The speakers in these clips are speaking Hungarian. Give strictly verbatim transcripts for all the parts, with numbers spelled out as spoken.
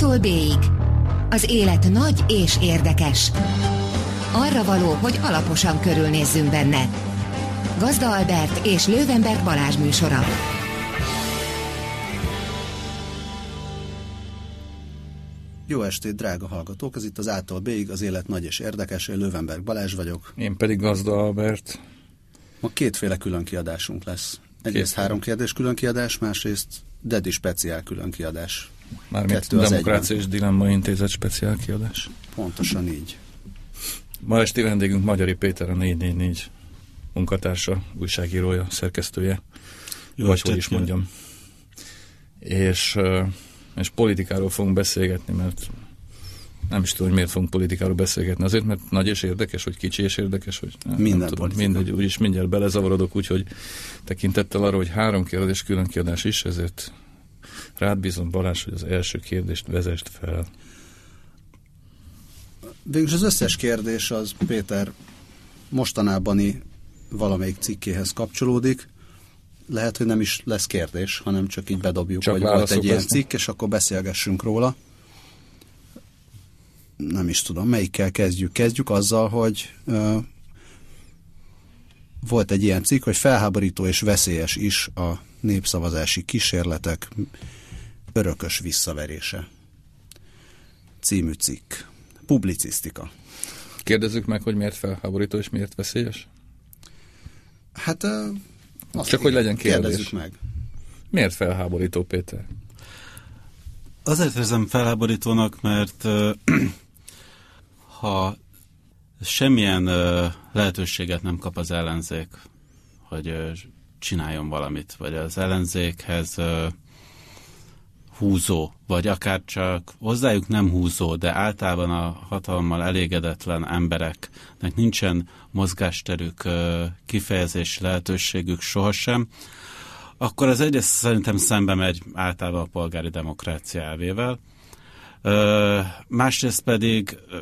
A-tól B-ig. Az élet nagy és érdekes. Arra való, hogy alaposan körülnézzünk benne. Gazda Albert és Löwenberg Balázs műsora. Jó estét, drága hallgatók! Ez itt az A-tól B-ig, az élet nagy és érdekes. Én Löwenberg Balázs vagyok. Én pedig Gazda Albert. Ma kétféle külön kiadásunk lesz. Egyrészt Két. három kérdés külön kiadás, másrészt Dedi speciál külön kiadás. Mármint Demokrácia és Dilemma Intézet speciál kiadás. Pontosan így. Ma esti vendégünk Magyari Péter, a négy négy négy munkatársa, újságírója, szerkesztője. Jó, vagy hogy is mondjam. És, és politikáról fogunk beszélgetni, mert nem is tudom, hogy miért fogunk politikáról beszélgetni. Azért, mert nagy és érdekes, hogy kicsi és érdekes, hogy nem, minden nem tudom, mindegy, úgyis mindjárt belezavarodok, úgyhogy tekintettel arra, hogy három kérdés külön kiadás is, ezért rád bízom, Balázs, hogy az első kérdést vezest fel. Végülis az összes kérdés az Péter mostanában valamelyik cikkéhez kapcsolódik. Lehet, hogy nem is lesz kérdés, hanem csak így bedobjuk, csak hogy volt egy ilyen cikk, és akkor beszélgessünk róla. Nem is tudom, melyikkel kezdjük. Kezdjük azzal, hogy uh, volt egy ilyen cikk, hogy felháborító és veszélyes is a népszavazási kísérletek örökös visszaverése. Című cikk. Publicisztika. Kérdezzük meg, hogy miért felháborító és miért veszélyes? Hát uh, csak hogy legyen kérdés. Kérdezzük meg. Miért felháborító, Péter? Azért érzem felháborítónak, mert uh, ha semmilyen uh, lehetőséget nem kap az ellenzék, hogy uh, csináljon valamit, vagy az ellenzékhez uh, húzó, vagy akár csak hozzájuk nem húzó, de általában a hatalommal elégedetlen embereknek nincsen mozgásterük, uh, kifejezési lehetőségük sohasem, akkor az egyrészt szerintem szembe megy általában a polgári demokrácia elvével. Ö, másrészt pedig ö,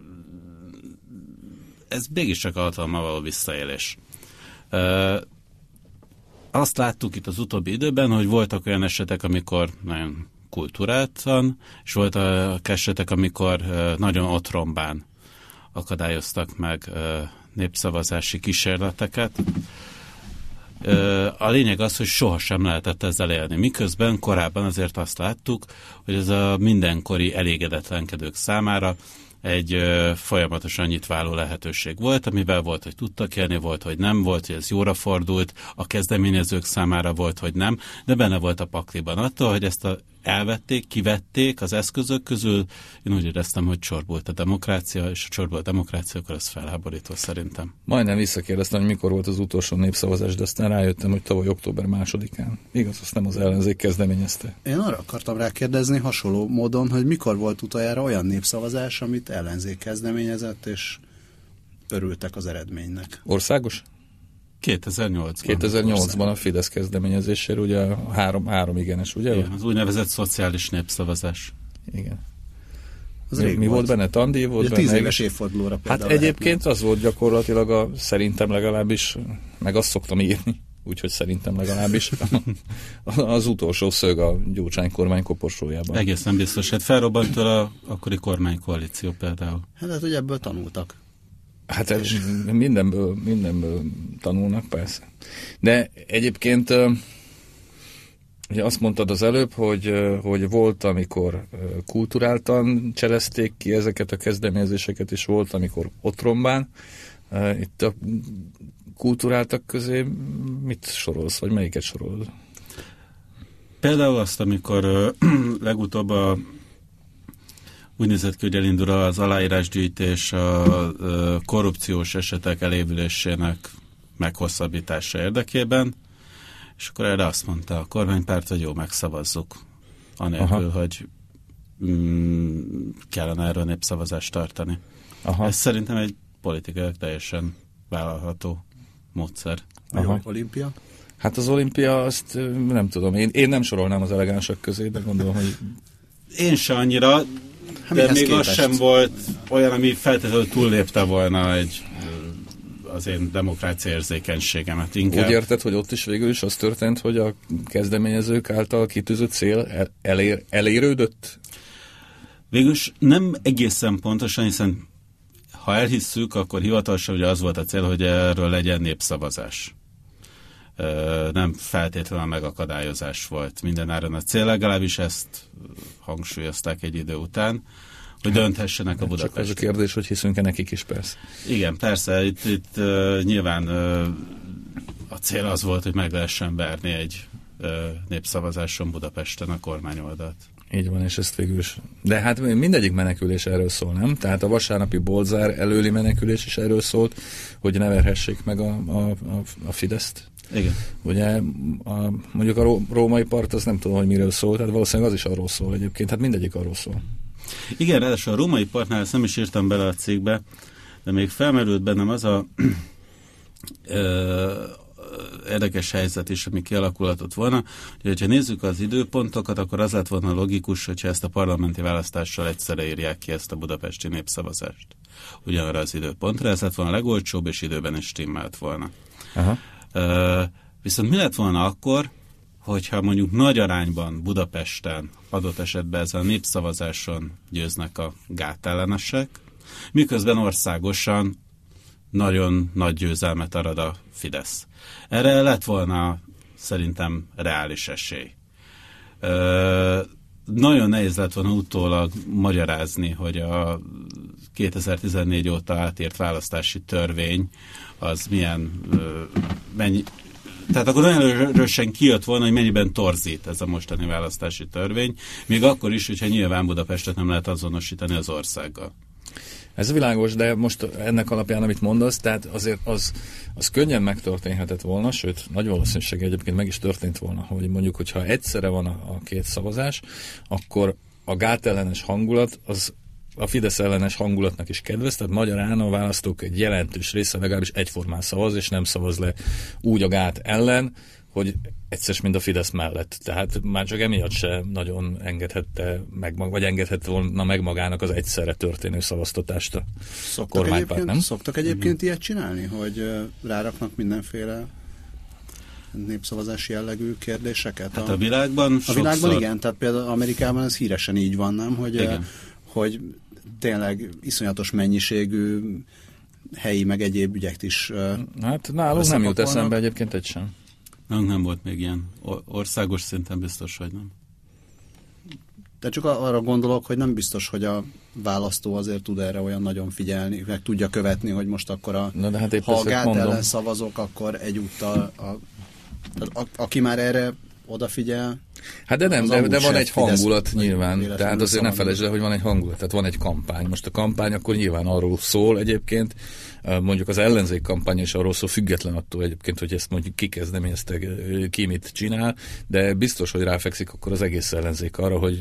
ez mégiscsak a hatalommal való visszaélés. Ö, azt láttuk itt az utóbbi időben, hogy voltak olyan esetek, amikor nagyon kulturáltan, és voltak esetek, amikor ö, nagyon otromban akadályoztak meg ö, népszavazási kísérleteket. A lényeg az, hogy sohasem lehetett ezzel élni. Miközben korábban azért azt láttuk, hogy ez a mindenkori elégedetlenkedők számára egy ö, folyamatosan nyitváló lehetőség volt, amivel volt, hogy tudtak élni, volt, hogy nem, volt, hogy ez jóra fordult, a kezdeményezők számára volt, hogy nem, de benne volt a pakliban attól, hogy ezt a, elvették, kivették az eszközök közül. Én úgy éreztem, hogy csorbult a demokrácia, és a csorbult a demokrácia, akkor ez felháborító szerintem. Majdnem visszakérdeztem, hogy mikor volt az utolsó népszavazás, de aztán rájöttem, hogy tavaly október másodikán. Igaz, azt nem az ellenzék kezdeményezte. Én arra akartam rákérdezni hasonló módon, hogy mikor volt utoljára olyan népszavazás, amit ellenzék kezdeményezett, és örültek az eredménynek. Országos? kétezer-nyolcban. kétezer-nyolcban a Fidesz kezdeményezésére, ugye a három, három igenes, ugye? Igen, az úgynevezett szociális népszavazás. Igen. Az mi mi volt. volt benne? Tandi volt ugye benne? Tíz éves évfordulóra például. Hát egyébként lehetne. Az volt gyakorlatilag a, szerintem legalábbis, meg azt szoktam írni, úgyhogy szerintem legalábbis az utolsó szög a Gyurcsány kormány koporsójában. Egészen biztos. Hát felrobbant a akkori kormánykoalíció például. Hát, hát hogy ebből tanultak. Hát ez mindenből, mindenből tanulnak, persze. De egyébként ugye azt mondtad az előbb, hogy, hogy volt, amikor kulturáltan cselezték ki ezeket a kezdeményezéseket, és volt, amikor otromban. Itt a kulturáltak közé mit sorolsz, vagy melyiket sorolod? Például azt, amikor legutóbb a úgy nézett ki, hogy elindul az aláírásgyűjtés a korrupciós esetek elévülésének meghosszabbítása érdekében, és akkor erre azt mondta a kormánypárt, hogy jó, megszavazzuk, anélkül, Aha. hogy mm, kellene erről népszavazást tartani. Aha. Ez szerintem egy politikai teljesen vállalható módszer. Aha. Olimpia? Hát az olimpia, azt nem tudom, én, én nem sorolnám az elegánsak közé, de gondolom, hogy... Én se annyira, de még képest? Az sem volt olyan, ami feltétlenül túllépte volna egy, az én demokrácia érzékenységemet. Inkább. Úgy érted, hogy ott is végül is az történt, hogy a kezdeményezők által kitűzött cél el, elér, elérődött? Végülis nem egészen pontosan, hiszen ha elhisszük, akkor hivatalosan ugye az volt a cél, hogy erről legyen népszavazás. Nem feltétlenül a megakadályozás volt mindenáron a cél, legalábbis ezt hangsúlyozták egy idő után, hogy dönthessenek a Budapesten. Csak az a kérdés, hogy hiszünk-e nekik is, persze. Igen, persze, itt, itt uh, nyilván uh, a cél az volt, hogy meg lehessen verni egy uh, népszavazáson Budapesten a kormányoldalt. Így van, és ezt végül is. De hát mindegyik menekülés erről szól, nem? Tehát a vasárnapi boltzár előli menekülés is erről szólt, hogy ne verhessék meg a, a, a, a Fideszt. Igen. Ugye a, mondjuk a római part, az nem tudom, hogy miről szól, tehát valószínűleg az is arról szól egyébként, hát mindegyik arról szól. Igen, ráadásul a római partnál ezt nem is írtam bele a cikkbe, de még felmerült bennem az a ö, érdekes helyzet is, ami kialakulhatott volna, hogy ha nézzük az időpontokat, akkor az lett volna logikus, hogyha ezt a parlamenti választással egyszerre írják ki ezt a budapesti népszavazást. Ugyanarra az időpontra, ez lett volna a legolcsóbb, és időben is stimmelt volna. Aha. Ö, viszont mi lett volna akkor, hogyha mondjuk nagy arányban Budapesten adott esetben ezen a népszavazáson győznek a gátellenesek, miközben országosan nagyon nagy győzelmet arad a Fidesz. Erre lett volna szerintem reális esély. Ö, nagyon nehéz lett volna utólag magyarázni, hogy a kétezer-tizennégy óta átírt választási törvény az milyen, ö, mennyi, tehát akkor nagyon erősen kijött volna, hogy mennyiben torzít ez a mostani választási törvény, még akkor is, hogyha nyilván Budapestet nem lehet azonosítani az országgal. Ez világos, de most ennek alapján, amit mondasz, tehát azért az, az könnyen megtörténhetett volna, sőt, nagy valószínűség egyébként meg is történt volna, hogy mondjuk, hogyha egyszerre van a, a két szavazás, akkor a gátellenes hangulat az a Fidesz ellenes hangulatnak is kedvez, tehát magyarán a választók egy jelentős része legalábbis egyformán szavaz, és nem szavaz le úgy a gát ellen, hogy egyszer, mint a Fidesz mellett. Tehát már csak emiatt se nagyon engedhette meg, vagy engedhette volna meg magának az egyszerre történő szavaztatást a szoktak kormánypárt, nem? Szoktak egyébként mm-hmm. ilyet csinálni, hogy ráraknak mindenféle népszavazási jellegű kérdéseket? Hát a, a világban A világban igen, tehát például Amerikában ez híresen így van, nem? Hogy, hogy tényleg iszonyatos mennyiségű helyi, meg egyéb ügyekt is. Hát nálunk nem jut eszembe egyébként egy sem. Nem, nem volt még ilyen. Országos szinten biztos, hogy nem. De csak arra gondolok, hogy nem biztos, hogy a választó azért tud erre olyan nagyon figyelni, meg tudja követni, hogy most akkor a, de hát ha a gát ellen szavazok, akkor egyúttal a, a, a, aki már erre odafigyel. Hát de nem, de, de van egy hangulat nyilván, tehát azért ne felejtsd el, hogy van egy hangulat, tehát van egy kampány. Most a kampány akkor nyilván arról szól egyébként, mondjuk az ellenzék kampány is arról szól, független attól egyébként, hogy ezt mondjuk kikezdeményezte, ki mit csinál, de biztos, hogy ráfekszik akkor az egész ellenzék arra, hogy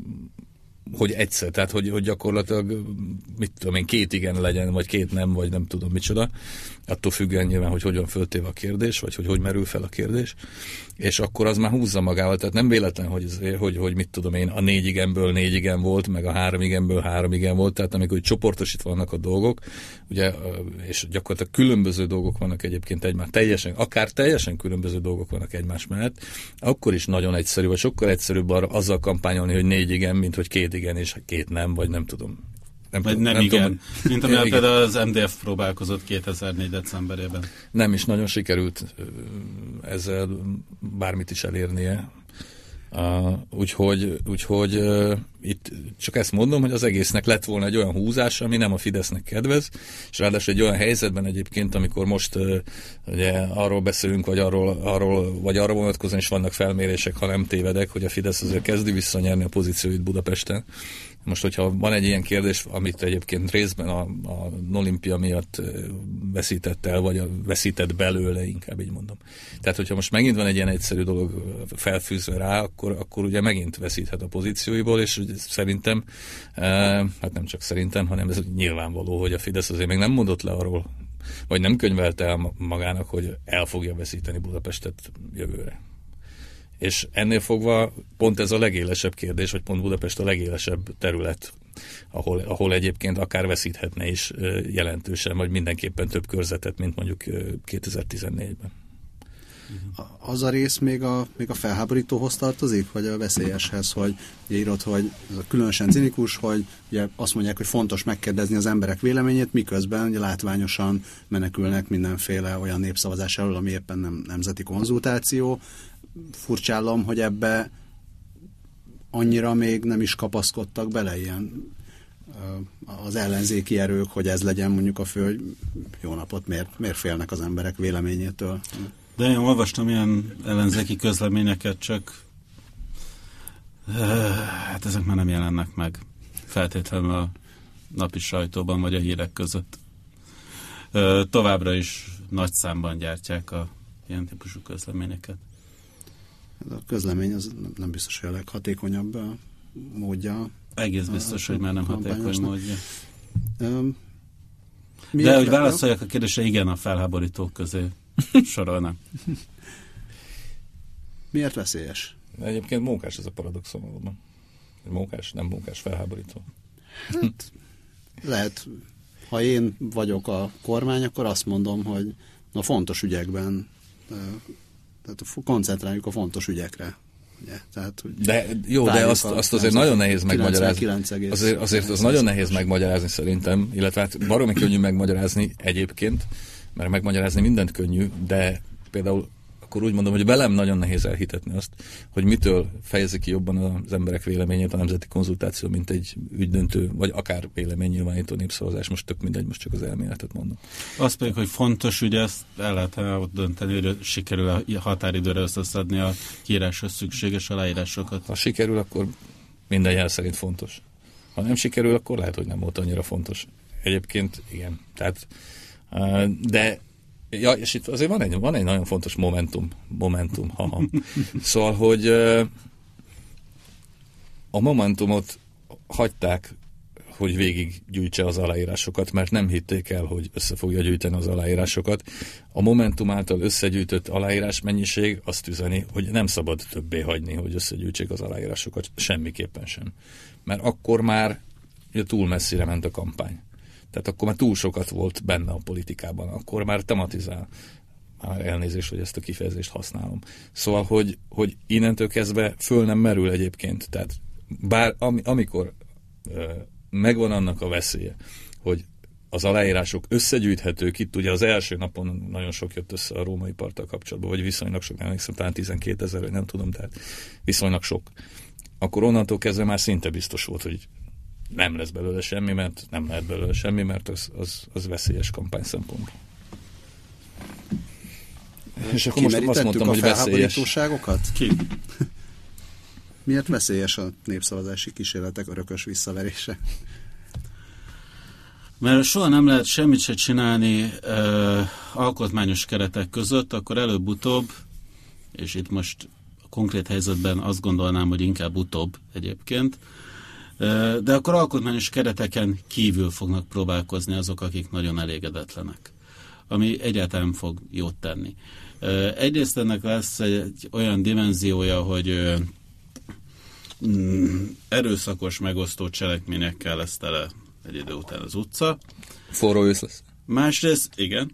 hogy egyszer, tehát hogy, hogy gyakorlatilag mit tudom én, két igen legyen, vagy két nem, vagy nem tudom micsoda, attól függően nyilván, hogy hogyan föltéve a kérdés, vagy hogy hogy merül fel a kérdés, és akkor az már húzza magával, tehát nem véletlen, hogy, hogy, hogy mit tudom én, a négy igenből négy igen volt, meg a három igenből három igen volt, tehát amikor csoportosítva vannak a dolgok, ugye, és gyakorlatilag különböző dolgok vannak egyébként egymás, teljesen, akár teljesen különböző dolgok vannak egymás mellett, akkor is nagyon egyszerű, vagy sokkal egyszerűbb arra azzal kampányolni, hogy négy igen, mint hogy két igen és két nem, vagy nem tudom. Nem, vagy nem, nem igen. Tudom, mint amivel ja, például az em dé ef próbálkozott kétezer-négy decemberében. Nem is nagyon sikerült ezzel bármit is elérnie. Uh, úgyhogy úgyhogy uh, itt csak ezt mondom, hogy az egésznek lett volna egy olyan húzás, ami nem a Fidesznek kedvez, és ráadásul egy olyan helyzetben egyébként, amikor most uh, ugye, arról beszélünk, vagy, arról, arról, vagy arra vonatkozóan is vannak felmérések, ha nem tévedek, hogy a Fidesz azért kezdi visszanyerni a pozícióit Budapesten. Most, hogyha van egy ilyen kérdés, amit egyébként részben a, a olimpia miatt veszített el, vagy a, veszített belőle, inkább így mondom. Tehát, hogyha most megint van egy ilyen egyszerű dolog felfűzve rá, akkor, akkor ugye megint veszíthet a pozícióiból, és szerintem, hát nem csak szerintem, hanem ez nyilvánvaló, hogy a Fidesz azért még nem mondott le arról, vagy nem könyvelte el magának, hogy el fogja veszíteni Budapestet jövőre. És ennél fogva pont ez a legélesebb kérdés, hogy pont Budapest a legélesebb terület, ahol, ahol egyébként akár veszíthetne is jelentősen, vagy mindenképpen több körzetet, mint mondjuk kétezer-tizennégyben. Az a rész még a, még a felháborítóhoz tartozik, vagy a veszélyeshez, hogy írod, hogy ez a különösen cinikus, hogy ugye azt mondják, hogy fontos megkérdezni az emberek véleményét, miközben ugye látványosan menekülnek mindenféle olyan népszavazás elől, ami éppen nem nemzeti konzultáció. Furcsálom, hogy ebbe annyira még nem is kapaszkodtak bele ilyen az ellenzéki erők, hogy ez legyen mondjuk a fő, hogy jó napot, miért, miért félnek az emberek véleményétől. De én olvastam ilyen ellenzéki közleményeket, csak hát ezek már nem jelennek meg feltétlenül a napi sajtóban vagy a hírek között. Továbbra is nagy számban gyártják a ilyen típusú közleményeket. A közlemény az nem biztos, hogy a leghatékonyabb módja. Egész biztos, a, hogy már nem hatékony módja. Um, De hogy válaszoljak a kérdésre, igen, a felháborítók közé sorolnám. Miért veszélyes? Egyébként mókás ez a paradoxon valóban. Mókás, nem mókás, felháborító. Hát, lehet, ha én vagyok a kormány, akkor azt mondom, hogy a fontos ügyekben tehát koncentráljuk a fontos ügyekre. Ugye? Tehát, de jó, de azt, azt azért nagyon nehéz megmagyarázni. Azért, azért az nagyon nehéz megmagyarázni szerintem, illetve hát baromi könnyű megmagyarázni egyébként, mert megmagyarázni mindent könnyű, de például akkor úgy mondom, hogy velem nagyon nehéz elhitetni azt, hogy mitől fejezi ki jobban az emberek véleményét a nemzeti konzultáció, mint egy ügydöntő, vagy akár véleménynyilvánító népszavazás. Most tök mindegy, most csak az elméletet mondom. Azt pedig, hogy fontos ügy, ezt el lehet ott dönteni, hogy sikerül a határidőre összeszedni a kiíráshoz szükséges aláírásokat. Ha sikerül, akkor minden jel szerint fontos. Ha nem sikerül, akkor lehet, hogy nem volt annyira fontos. Egyébként igen. Tehát, de ja, és itt azért van egy, van egy nagyon fontos momentum. Momentum, haha. Szóval, hogy a Momentumot hagyták, hogy végig gyűjtse az aláírásokat, mert nem hitték el, hogy össze fogja gyűjteni az aláírásokat. A Momentum által összegyűjtött aláírás mennyiség azt üzeni, hogy nem szabad többé hagyni, hogy összegyűjtsék az aláírásokat. Semmiképpen sem. Mert akkor már ugye, túl messzire ment a kampány. Tehát akkor már túl sokat volt benne a politikában, akkor már tematizál. Már elnézést, hogy ezt a kifejezést használom. Szóval, hogy, hogy innentől kezdve föl nem merül egyébként. Tehát bár am, amikor ö, megvan annak a veszélye, hogy az aláírások összegyűjthetők, itt ugye az első napon nagyon sok jött össze a római parttal kapcsolatban, vagy viszonylag sok, nem emlékszem, talán tizenkétezer, vagy nem tudom, tehát viszonylag sok. Akkor onnantól kezdve már szinte biztos volt, hogy nem lesz belőle semmi, mert nem lehet belőle semmi, mert az, az, az veszélyes kampány szempont. És akkor most azt mondtam, hogy veszélyes. Ki? Miért veszélyes a népszavazási kísérletek örökös visszaverése? Mert soha nem lehet semmit se csinálni ö, alkotmányos keretek között, akkor előbb-utóbb, és itt most a konkrét helyzetben azt gondolnám, hogy inkább utóbb egyébként, ö, de akkor alkotmányos kereteken kívül fognak próbálkozni azok, akik nagyon elégedetlenek, ami egyáltalán fog jót tenni. Ö, egyrészt ennek lesz egy olyan dimenziója, hogy ö, mm, erőszakos, megosztó cselekményekkel lesz tele egy idő után az utca. Forró ősz lesz. Másrészt, igen.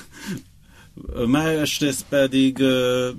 Másrészt pedig uh,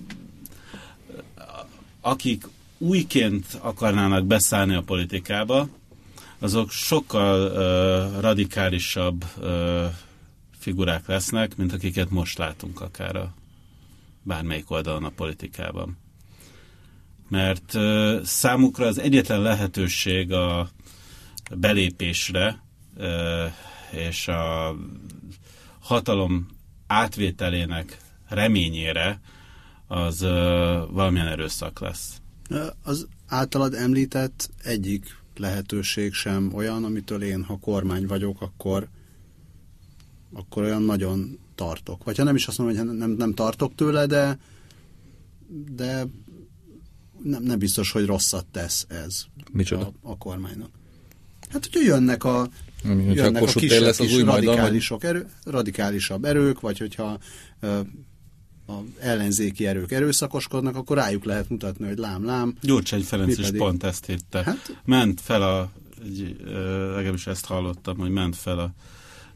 akik újként akarnának beszállni a politikába, azok sokkal uh, radikálisabb uh, figurák lesznek, mint akiket most látunk akár a bármelyik oldalon a politikában. Mert uh, számukra az egyetlen lehetőség a belépésre és a hatalom átvételének reményére az valamilyen erőszak lesz. Az általad említett egyik lehetőség sem olyan, amitől én, ha kormány vagyok, akkor, akkor olyan nagyon tartok. Vagy ha nem is azt mondom, hogy nem, nem tartok tőle, de, de nem, nem biztos, hogy rosszat tesz ez a, a kormánynak. Hát, hogyha jönnek a, Ami, jönnek a kisebb, kis radikálisok erő, radikálisabb erők, vagy hogyha ö, a ellenzéki erők erőszakoskodnak, akkor rájuk lehet mutatni, hogy lám-lám. Gyurcsány Ferenc is pont ezt hitte. Hát, ment fel a, egy, legalábbis ezt hallottam, hogy ment fel a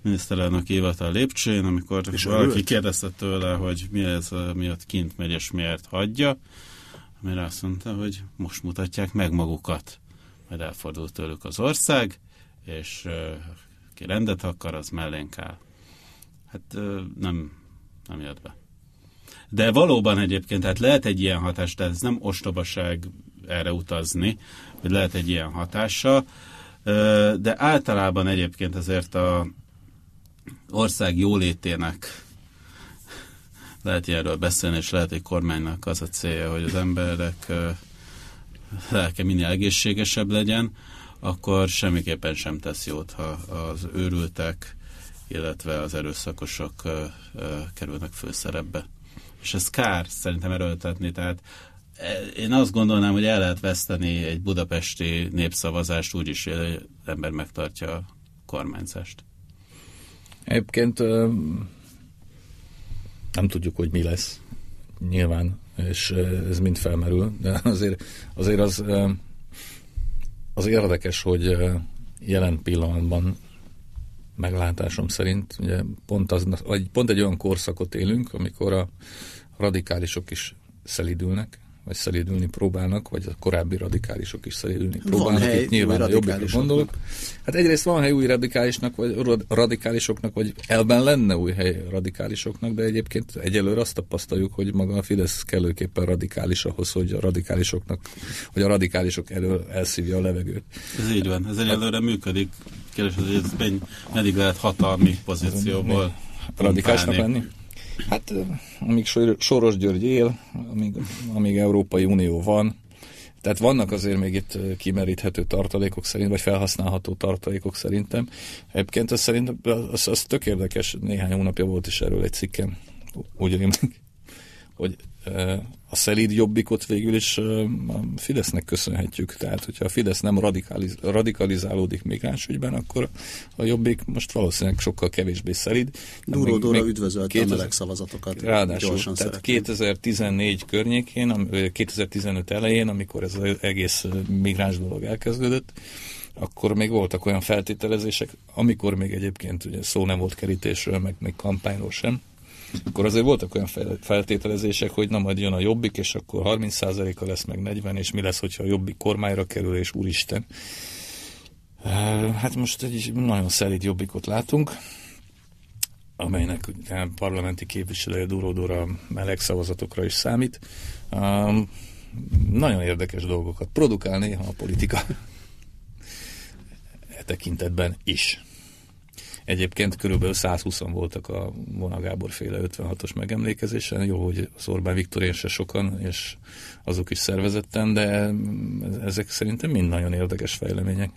miniszterelnök hivatal lépcsőjén, amikor és valaki örült? Kérdezte tőle, hogy mi ez, miatt kint megy és miért hagyja, amire azt mondta, hogy most mutatják meg magukat. Majd elfordult tőlük az ország, és uh, ki rendet akar, az mellénk áll. Hát uh, nem, nem jött be. De valóban egyébként, tehát lehet egy ilyen hatás, tehát ez nem ostobaság erre utazni, hogy lehet egy ilyen hatása, de általában egyébként azért a ország jólétének lehet erről beszélni, és lehet egy kormánynak az a célja, hogy az emberek lelke minél egészségesebb legyen, akkor semmiképpen sem tesz jót, ha az őrültek, illetve az erőszakosok kerülnek főszerepbe. És ez kár szerintem erőltetni, tehát én azt gondolnám, hogy el lehet veszteni egy budapesti népszavazást úgyis, hogy az ember megtartja a kormányzást. Egyébként nem tudjuk, hogy mi lesz nyilván, és ez mind felmerül, de azért, azért az, az érdekes, hogy jelen pillanatban meglátásom szerint ugye pont, az, vagy pont egy olyan korszakot élünk, amikor a radikálisok is szelídülnek, vagy szelídülni próbálnak, vagy a korábbi radikálisok is szelídülni próbálnak. Van hely, itt nyilván a jobbikra gondolok. Hát egyrészt van hely új radikálisnak, vagy radikálisoknak, vagy elben lenne új hely radikálisoknak, de egyébként egyelőre azt tapasztaljuk, hogy maga a Fidesz kellőképpen radikális ahhoz, hogy a radikálisoknak, hogy a radikálisok elől elszívja a levegőt. Ez így van, ez egyelőre működik. Kérdés, hogy ez meddig lehet hatalmi pozícióból radikálisnak lenni? Hát amíg Soros György él, amíg, amíg Európai Unió van, tehát vannak azért még itt kimeríthető tartalékok szerint, vagy felhasználható tartalékok szerintem. Egyébként az szerintem az, az tök érdekes, néhány hónapja volt is erről egy cikkem, úgy rémlik, hogy a szelíd jobbikot végül is a Fidesznek köszönhetjük. Tehát, hogyha a Fidesz nem radikaliz, radikalizálódik migránsügyben, akkor a jobbik most valószínűleg sokkal kevésbé szelíd. Duró-dóra üdvözölte a meleg szavazatokat. Ráadásul, tehát szeretném. kétezer-tizennégy környékén, kétezer-tizenöt elején, amikor ez az egész migráns dolog elkezdődött, akkor még voltak olyan feltételezések, amikor még egyébként ugye szó nem volt kerítésről, meg még kampányról sem, akkor azért voltak olyan feltételezések, hogy na majd jön a Jobbik, és akkor harminc százaléka lesz, meg negyven, és mi lesz, hogyha a Jobbik kormányra kerül, és úristen. Hát most egy nagyon szelíd Jobbikot látunk, amelynek parlamenti képviselője Duró-Dóra meleg szavazatokra is számít. Nagyon érdekes dolgokat produkál néha a politika e tekintetben is. Egyébként körülbelül százhúszan voltak a Vona Gábor féle ötvenhatos megemlékezésen. Jó, hogy az Orbán Viktorén se sokan, és azok is szervezetten, de ezek szerintem mind nagyon érdekes fejlemények.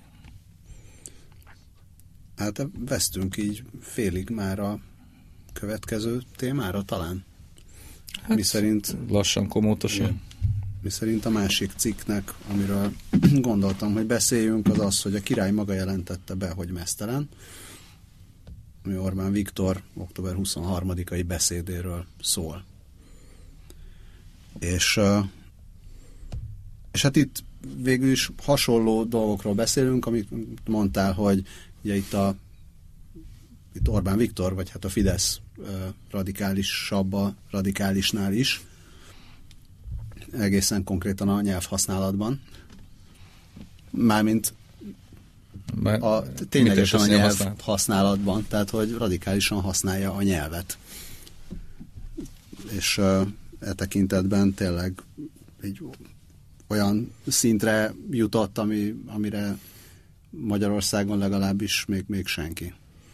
Hát vesztünk így félig már a következő témára talán. Hát mi szerint lassan, komótosan. Igen. Mi szerint a másik cikknek, amiről gondoltam, hogy beszéljünk, az az, hogy a király maga jelentette be, hogy meztelen, ami Orbán Viktor október huszonharmadikai beszédéről szól. És, és hát itt végül is hasonló dolgokról beszélünk, amit mondtál, hogy ugye itt, a, itt Orbán Viktor, vagy hát a Fidesz radikálisabb a radikálisnál is, egészen konkrétan a nyelvhasználatban. Mármint a, ténylegesen a nyelv használatban, tehát hogy radikálisan használja a nyelvet. És uh, e tekintetben tényleg egy olyan szintre jutott, ami, amire Magyarországon legalábbis még, még senki.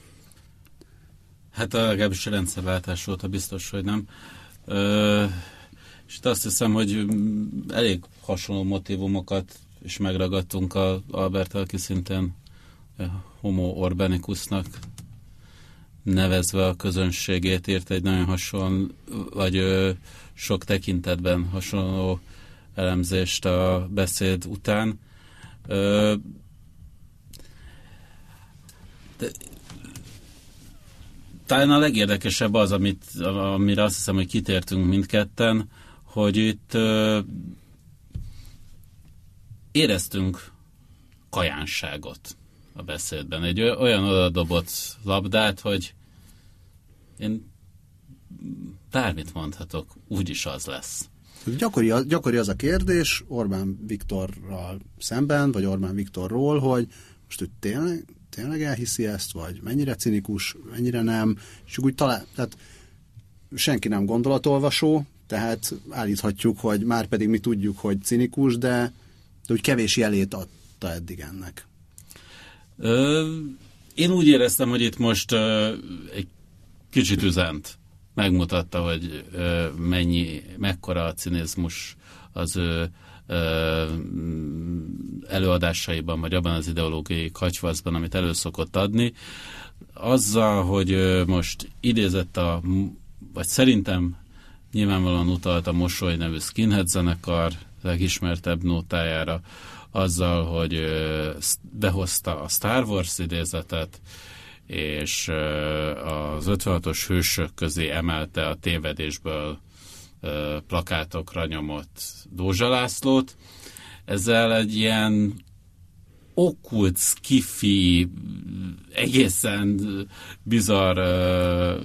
Hát legalábbis a rendszerváltás óta biztos, hogy nem. Ö, és azt hiszem, hogy elég hasonló motivumokat is megragadtunk a Alberttel, aki szintén Homo Orbánicusnak nevezve a közönségét írt egy nagyon hasonló, vagy ö, sok tekintetben hasonló elemzést a beszéd után. Ö, de, talán a legérdekesebb az, amit, amire azt hiszem, hogy kitértünk mindketten, hogy itt ö, éreztünk kajánságot. a beszédben. Egy olyan odadobott labdát, hogy én bármit mondhatok, úgyis az lesz. Gyakori, gyakori az a kérdés Orbán Viktorral szemben, vagy Orbán Viktorról, hogy most ő tényleg, tényleg elhiszi ezt, vagy mennyire cinikus, mennyire nem, és úgy talán, tehát senki nem gondolatolvasó, tehát állíthatjuk, hogy már pedig mi tudjuk, hogy cinikus, de, de úgy kevés jelét adta eddig ennek. Ö, én úgy éreztem, hogy itt most ö, egy kicsit üzent. Megmutatta, hogy ö, mennyi, mekkora a cinizmus az ő ö, előadásaiban, vagy abban az ideológiai katyvaszban, amit elő szokott adni. Azzal, hogy ö, most idézett a, vagy szerintem nyilvánvalóan utalt a Mosoly nevű skinhead zenekar legismertebb nótájára, azzal, hogy ö, behozta a Star Wars idézetet, és az ötvenhatos hősök közé emelte a tévedésből plakátokra nyomott Dózsa Lászlót. Ezzel egy ilyen okkult, skifi, egészen bizarr ö,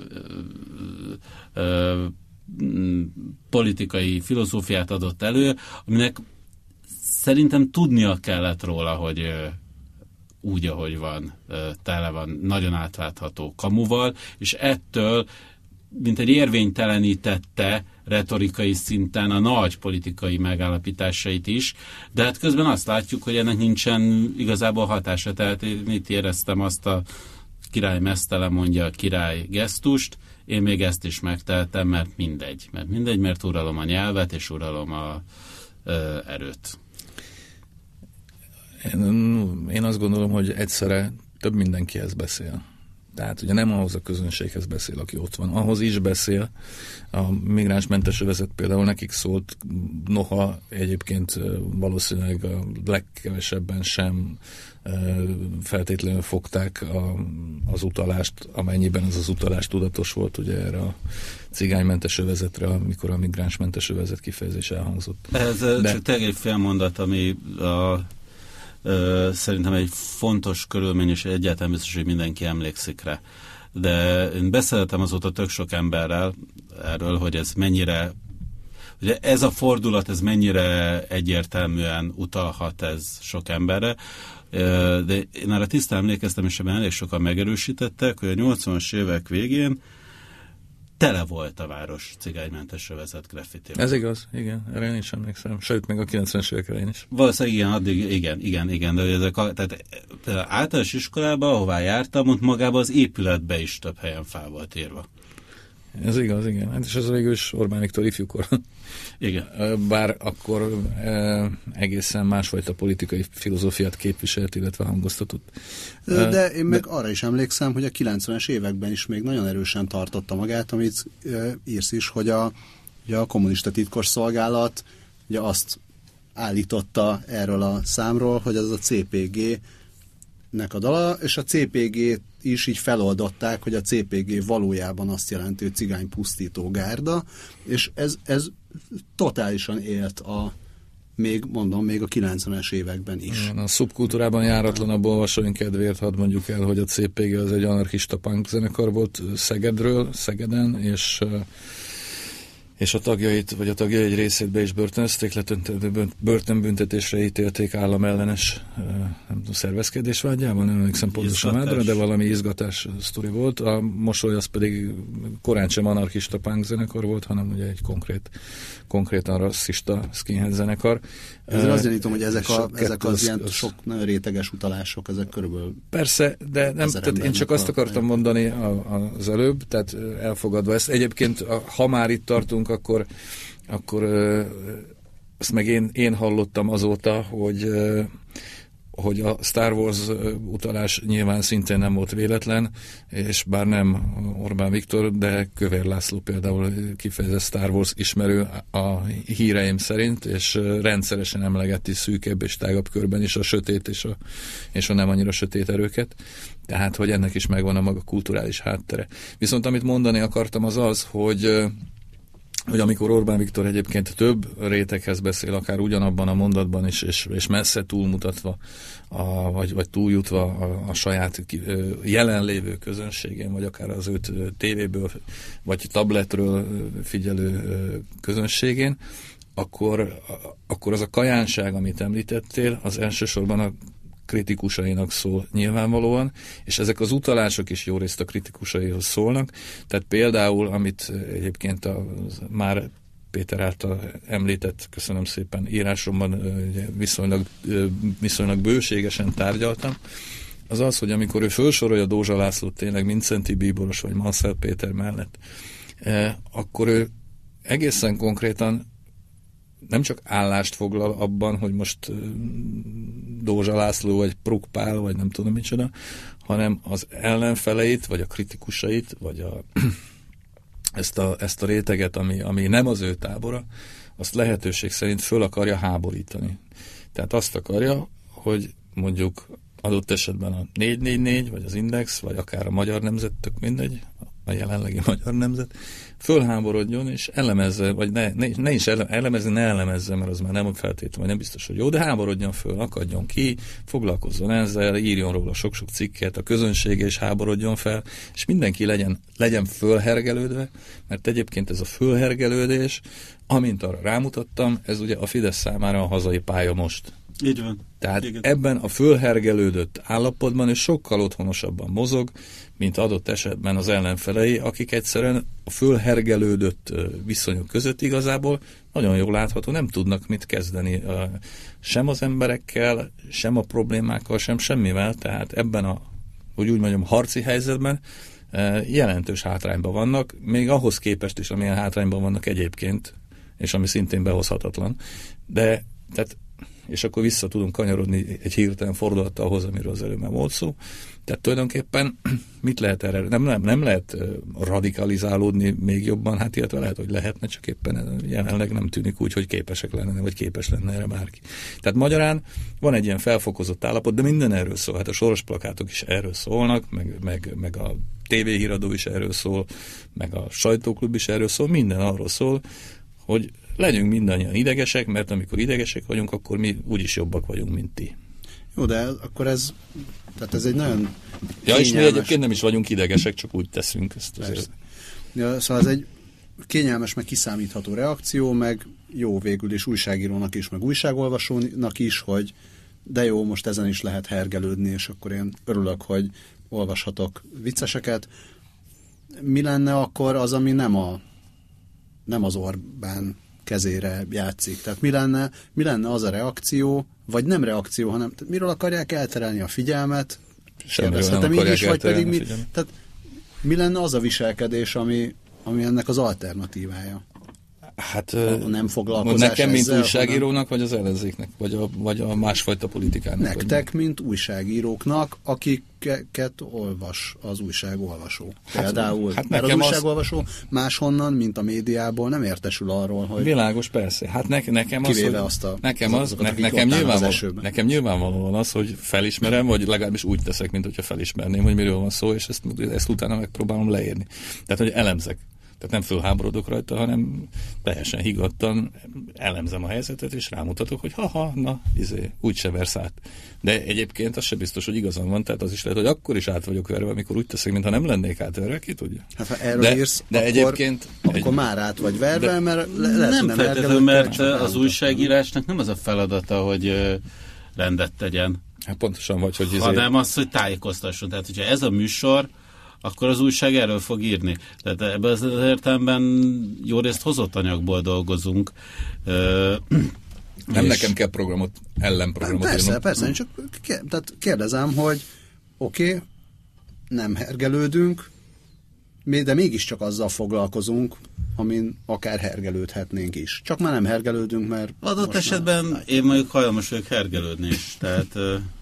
ö, politikai filozófiát adott elő, aminek szerintem tudnia kellett róla, hogy úgy, ahogy van, tele van, nagyon átlátható kamuval, és ettől, mint egy érvénytelenítette retorikai szinten a nagy politikai megállapításait is, de hát közben azt látjuk, hogy ennek nincsen igazából hatása, tehát én itt éreztem azt a király mesztele mondja a király gesztust, én még ezt is megteltem, mert mindegy, mert mindegy, mert uralom a nyelvet, és uralom a ö, erőt. Én, én azt gondolom, hogy egyszerre több mindenkihez beszél. Tehát ugye nem ahhoz a közönséghez beszél, aki ott van. Ahhoz is beszél. A migránsmentes övezet például nekik szólt, noha egyébként valószínűleg a legkevesebben sem feltétlenül fogták a, az utalást, amennyiben ez az utalás tudatos volt, ugye erre a cigánymentes övezetre, amikor a migránsmentes övezet kifejezés elhangzott. Ez De... csak tényleg egy fél mondat, ami a Ö, szerintem egy fontos körülmény, és egyáltalán biztos, hogy mindenki emlékszik rá. De én beszéltem azóta tök sok emberrel erről, hogy ez mennyire, ugye ez a fordulat, ez mennyire egyértelműen utalhat ez sok emberre. Ö, de én arra tisztán emlékeztem, és ebben elég sokan megerősítettek, hogy a nyolcvanas évek végén tele volt a város cigánymentes övezet graffitival. Ez igaz, igen, erre én is emlékszem. Sőt, még a kilencvenes évek elején is. Valószínűleg igen, addig, igen, igen, igen, de ezek a, tehát általános iskolában, ahová jártam, ott magában az épületbe is több helyen fel volt írva. Ez igaz, igen. Hát és ez végül is Orbán Viktor ifjúkor. Igen. Bár akkor e, egészen másfajta politikai filozófiát képviselt, illetve hangoztatott. De én meg de... arra is emlékszem, hogy a kilencvenes években is még nagyon erősen tartotta magát, amit e, írsz is, hogy a, ugye a kommunista titkosszolgálat ugye azt állította erről a számról, hogy az a cé pé gé-nek a dala, és a cé pé gé-t is így feloldották, hogy a cé pé gé valójában azt jelenti, hogy cigány pusztító gárda, és ez, ez totálisan élt a, még mondom, még a kilencvenes években is. A szubkultúrában járatlanabb olvasóink kedvéért hadd mondjuk el, hogy a cé pé gé az egy anarchista punk zenekar volt Szegedről, Szegeden, és és a tagjait, vagy a tagjai egy részét be is börtönözték, börtönbüntetésre ítélték államellenes nem tudom, szervezkedés vágyában, nem emlékszem pontosan mádra, de valami izgatás sztori volt. A Mosoly az pedig korán sem anarchista punk zenekar volt, hanem ugye egy konkrét, konkrétan rasszista skinhead zenekar. Ezzel azt gyanítom, hogy ezek, a, ezek az, az ilyen az, sok nagyon réteges utalások, ezek körülbelül... Persze, de nem, tehát én csak azt akartam mondani az előbb, tehát elfogadva ezt. Egyébként, ha már itt tartunk, akkor, akkor ezt meg én, én hallottam azóta, hogy, hogy a Star Wars utalás nyilván szintén nem volt véletlen, és bár nem Orbán Viktor, de Kövér László például kifejezett Star Wars ismerő a híreim szerint, és rendszeresen emlegeti szűkebb és tágabb körben is a sötét és a, és a nem annyira sötét erőket. Tehát, hogy ennek is megvan a maga kulturális háttere. Viszont amit mondani akartam az az, hogy hogy amikor Orbán Viktor egyébként több réteghez beszél, akár ugyanabban a mondatban is, és, és messze túlmutatva, a, vagy, vagy túljutva a, a saját jelenlévő közönségén, vagy akár az őt tévéből, vagy tabletről figyelő közönségén, akkor, akkor az a kajánság, amit említettél, az elsősorban a kritikusainak szól nyilvánvalóan, és ezek az utalások is jó részt a kritikusaihoz szólnak. Tehát például, amit egyébként a már Péter által említett, köszönöm szépen, írásomban viszonylag, viszonylag bőségesen tárgyaltam, az az, hogy amikor ő felsorolja Dózsa Lászlót tényleg Mindszenty Bíboros vagy Marcel Péter mellett, akkor ő egészen konkrétan nem csak állást foglal abban, hogy most Dózsa László, vagy Pruk Pál, vagy nem tudom micsoda, hanem az ellenfeleit, vagy a kritikusait, vagy a, ezt, a, ezt a réteget, ami, ami nem az ő tábora, azt lehetőség szerint föl akarja háborítani. Tehát azt akarja, hogy mondjuk adott esetben a négy négy négy, vagy az Index, vagy akár a Magyar Nemzet, tök mindegy, a jelenlegi Magyar Nemzet, fölháborodjon, és elemezze, vagy ne, ne, ne is ele, elemezni, ne elemezze, mert az már nem feltétlenül, vagy nem biztos, hogy jó, de háborodjon föl, akadjon ki, foglalkozzon ezzel, írjon róla sok-sok cikket, a közönsége is háborodjon fel, és mindenki legyen, legyen fölhergelődve, mert egyébként ez a fölhergelődés, amint arra rámutattam, ez ugye a Fidesz számára a hazai pálya most. Így van. Tehát igen. Ebben a fölhergelődött állapotban ő sokkal otthonosabban mozog, mint adott esetben az ellenfelei, akik egyszerűen a fölhergelődött viszonyok között igazából nagyon jól látható, nem tudnak mit kezdeni sem az emberekkel, sem a problémákkal, sem semmivel, tehát ebben a, hogy úgy mondjam, harci helyzetben jelentős hátrányban vannak, még ahhoz képest is, amilyen hátrányban vannak egyébként, és ami szintén behozhatatlan, de tehát és akkor vissza tudunk kanyarodni egy hirtelen fordulattal ahhoz, amiről az előbb már volt szó. Tehát tulajdonképpen mit lehet erre? Nem, nem, nem lehet radikalizálódni még jobban, hát illetve lehet, hogy lehetne, csak éppen jelenleg nem tűnik úgy, hogy képesek lenne, vagy képes lenne erre bárki. Tehát magyarán van egy ilyen felfokozott állapot, de minden erről szól. Hát a soros plakátok is erről szólnak, meg, meg, meg a tévéhíradó is erről szól, meg a sajtóklub is erről szól, minden arról szól, hogy legyünk mindannyian idegesek, mert amikor idegesek vagyunk, akkor mi úgyis jobbak vagyunk, mint ti. Jó, de akkor ez, tehát ez egy nagyon Ja, és mi egyébként nem is vagyunk idegesek, csak úgy teszünk ezt azért. Ja, szóval ez egy kényelmes, meg kiszámítható reakció, meg jó végül is újságírónak is, meg újságolvasónak is, hogy de jó, most ezen is lehet hergelődni, és akkor én örülök, hogy olvashatok vicceseket. Mi lenne akkor az, ami nem a nem az Orbán kezére játszik. Tehát mi lenne, mi lenne az a reakció, vagy nem reakció, hanem miről akarják elterelni a figyelmet? Semmiről nem akarják is, vagy pedig mi, tehát mi lenne az a viselkedés, ami, ami ennek az alternatívája? Hát a nem foglalkozás nekem, mint ezzel, újságírónak, vagy az ellenzéknek, vagy a, vagy a másfajta politikának? Nektek, mint újságíróknak, akiket olvas az újságolvasó. Hát, Például, hát mert az újságolvasó az... máshonnan, mint a médiából nem értesül arról, hogy... Világos, persze. Hát ne, nekem az, kivéve hogy, azt a, nekem, az, ne, nekem, nyilvánvaló, nekem nyilvánvalóan az, hogy felismerem, vagy legalábbis úgy teszek, mint hogyha felismerném, hogy miről van szó, és ezt, ezt utána megpróbálom leírni. Tehát, hogy elemzek. Tehát nem fölháborodok rajta, hanem teljesen higgadtan elemzem a helyzetet, és rámutatok, hogy ha-ha, na, izé, úgy se versz át. De egyébként az se biztos, hogy igazam van, tehát az is lehet, hogy akkor is át vagyok verve, amikor úgy teszek, mintha nem lennék átverve, ki tudja. Hát ha erről de, írsz, de akkor, egyébként, akkor egy, már át vagy verve, de, mert le, lehet, nem, nem feltétlenül, mert az újságírásnak nem az a feladata, hogy rendet tegyen. Hát pontosan vagy, hogy izé... hanem az, hogy tájékoztasson. Tehát, hogyha ez a műsor, akkor az újság erről fog írni. Tehát ebben az értelemben jó részt hozott anyagból dolgozunk. Nem és... nekem kell programot, ellenprogramot persze, írnom. Persze, persze, csak tehát kérdezem, hogy oké, okay, nem hergelődünk, de mégiscsak azzal foglalkozunk, amin akár hergelődhetnénk is. Csak már nem hergelődünk, mert... Adott esetben már... én mondjuk hajlamos vagyok hergelődni is. Tehát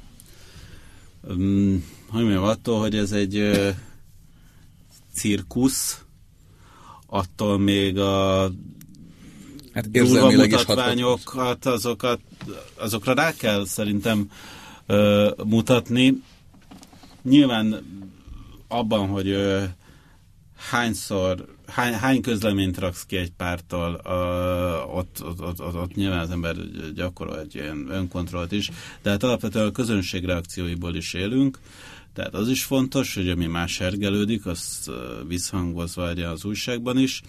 um, hogy mondjam, attól, hogy ez egy uh, cirkusz, attól még a hát durva mutatványokat, azokat, azokra rá kell szerintem uh, mutatni. Nyilván abban, hogy uh, hányszor, hány, hány közleményt raksz ki egy pártól, uh, ott, ott, ott, ott, ott nyilván az ember gyakorol egy ilyen önkontrollt is, de hát alapvetően a közönség reakcióiból is élünk, tehát az is fontos, hogy ami más hergelődik, azt uh, visszhangozva legyen az újságban is.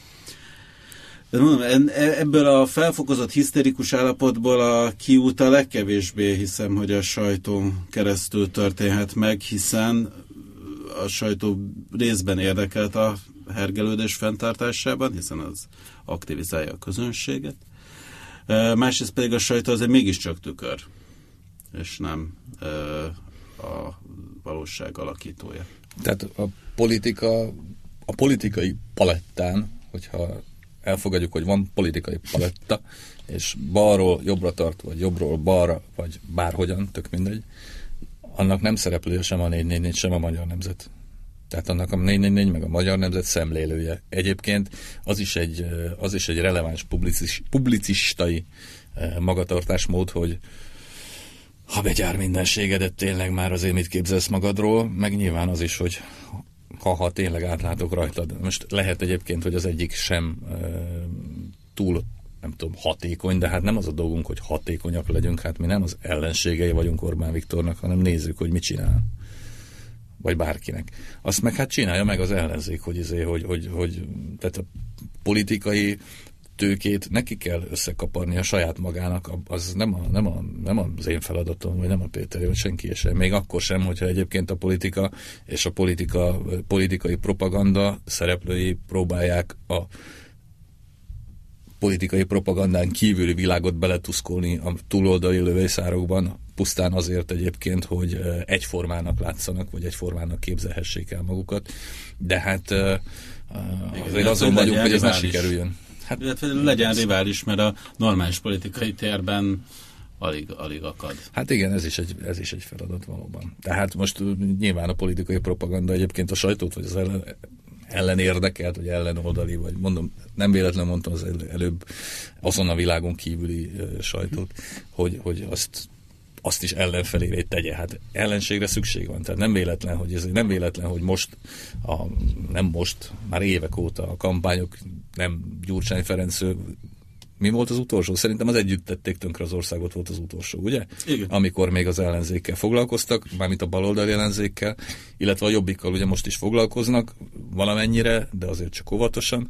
De mondom, ebből a felfokozott hiszterikus állapotból a kiút a legkevésbé hiszem, hogy a sajtón keresztül történhet meg, hiszen a sajtó részben érdekelt a hergelődés fenntartásában, hiszen az aktivizálja a közönséget. Másrészt pedig a sajtó azért mégiscsak tükör, és nem a valóság alakítója. Tehát a politika, a politikai palettán, hogyha elfogadjuk, hogy van politikai paletta, és balról jobbra tart, vagy jobbról balra, vagy bárhogyan, tök mindegy, annak nem szereplője sem a négy négy négy, sem a Magyar Nemzet. Tehát annak a négy négy négy meg a Magyar Nemzet szemlélője. Egyébként az is egy, az is egy releváns publicis, publicistai magatartásmód, hogy ha begyár mindenségedet, tényleg már azért mit képzelsz magadról, meg nyilván az is, hogy ha, ha tényleg átlátok rajtad. Most lehet egyébként, hogy az egyik sem e, túl, nem tudom, hatékony, de hát nem az a dolgunk, hogy hatékonyak legyünk, hát mi nem az ellenségei vagyunk Orbán Viktornak, hanem nézzük, hogy mit csinál. Vagy bárkinek. Azt meg hát csinálja meg az ellenzék, hogy, izé, hogy, hogy, hogy tehát a politikai tőkét neki kell összekaparni a saját magának, az nem, a, nem, a, nem az én feladatom, vagy nem a Péter, vagy senki sem. Még akkor sem, hogyha egyébként a politika és a politika, politikai propaganda szereplői próbálják a politikai propagandán kívüli világot beletuszkolni a túloldali lövészárokban, pusztán azért egyébként, hogy egyformának látszanak, vagy egyformának képzelhessék el magukat. De hát azért azon vagyunk, hogy ez ne sikerüljön. Hát, legyen rivális, mert a normális politikai térben alig, alig akad. Hát igen, ez is, egy, ez is egy feladat valóban. Tehát most nyilván a politikai propaganda egyébként a sajtót, vagy az ellen, ellen érdekelt, vagy ellenoldali, vagy mondom, nem véletlenül mondtam az előbb azon a világon kívüli sajtót, hogy, hogy azt azt is ellenfelére tegye. Hát ellenségre szükség van. Tehát nem véletlen, hogy ez nem véletlen, hogy most, a, nem most, már évek óta a kampányok, nem Gyurcsány Ferenc, mi volt az utolsó? Szerintem az Együtt tették tönkre az országot volt az utolsó, ugye? Igen. Amikor még az ellenzékkel foglalkoztak, mármint a baloldali ellenzékkel, illetve a Jobbikkal ugye most is foglalkoznak valamennyire, de azért csak óvatosan.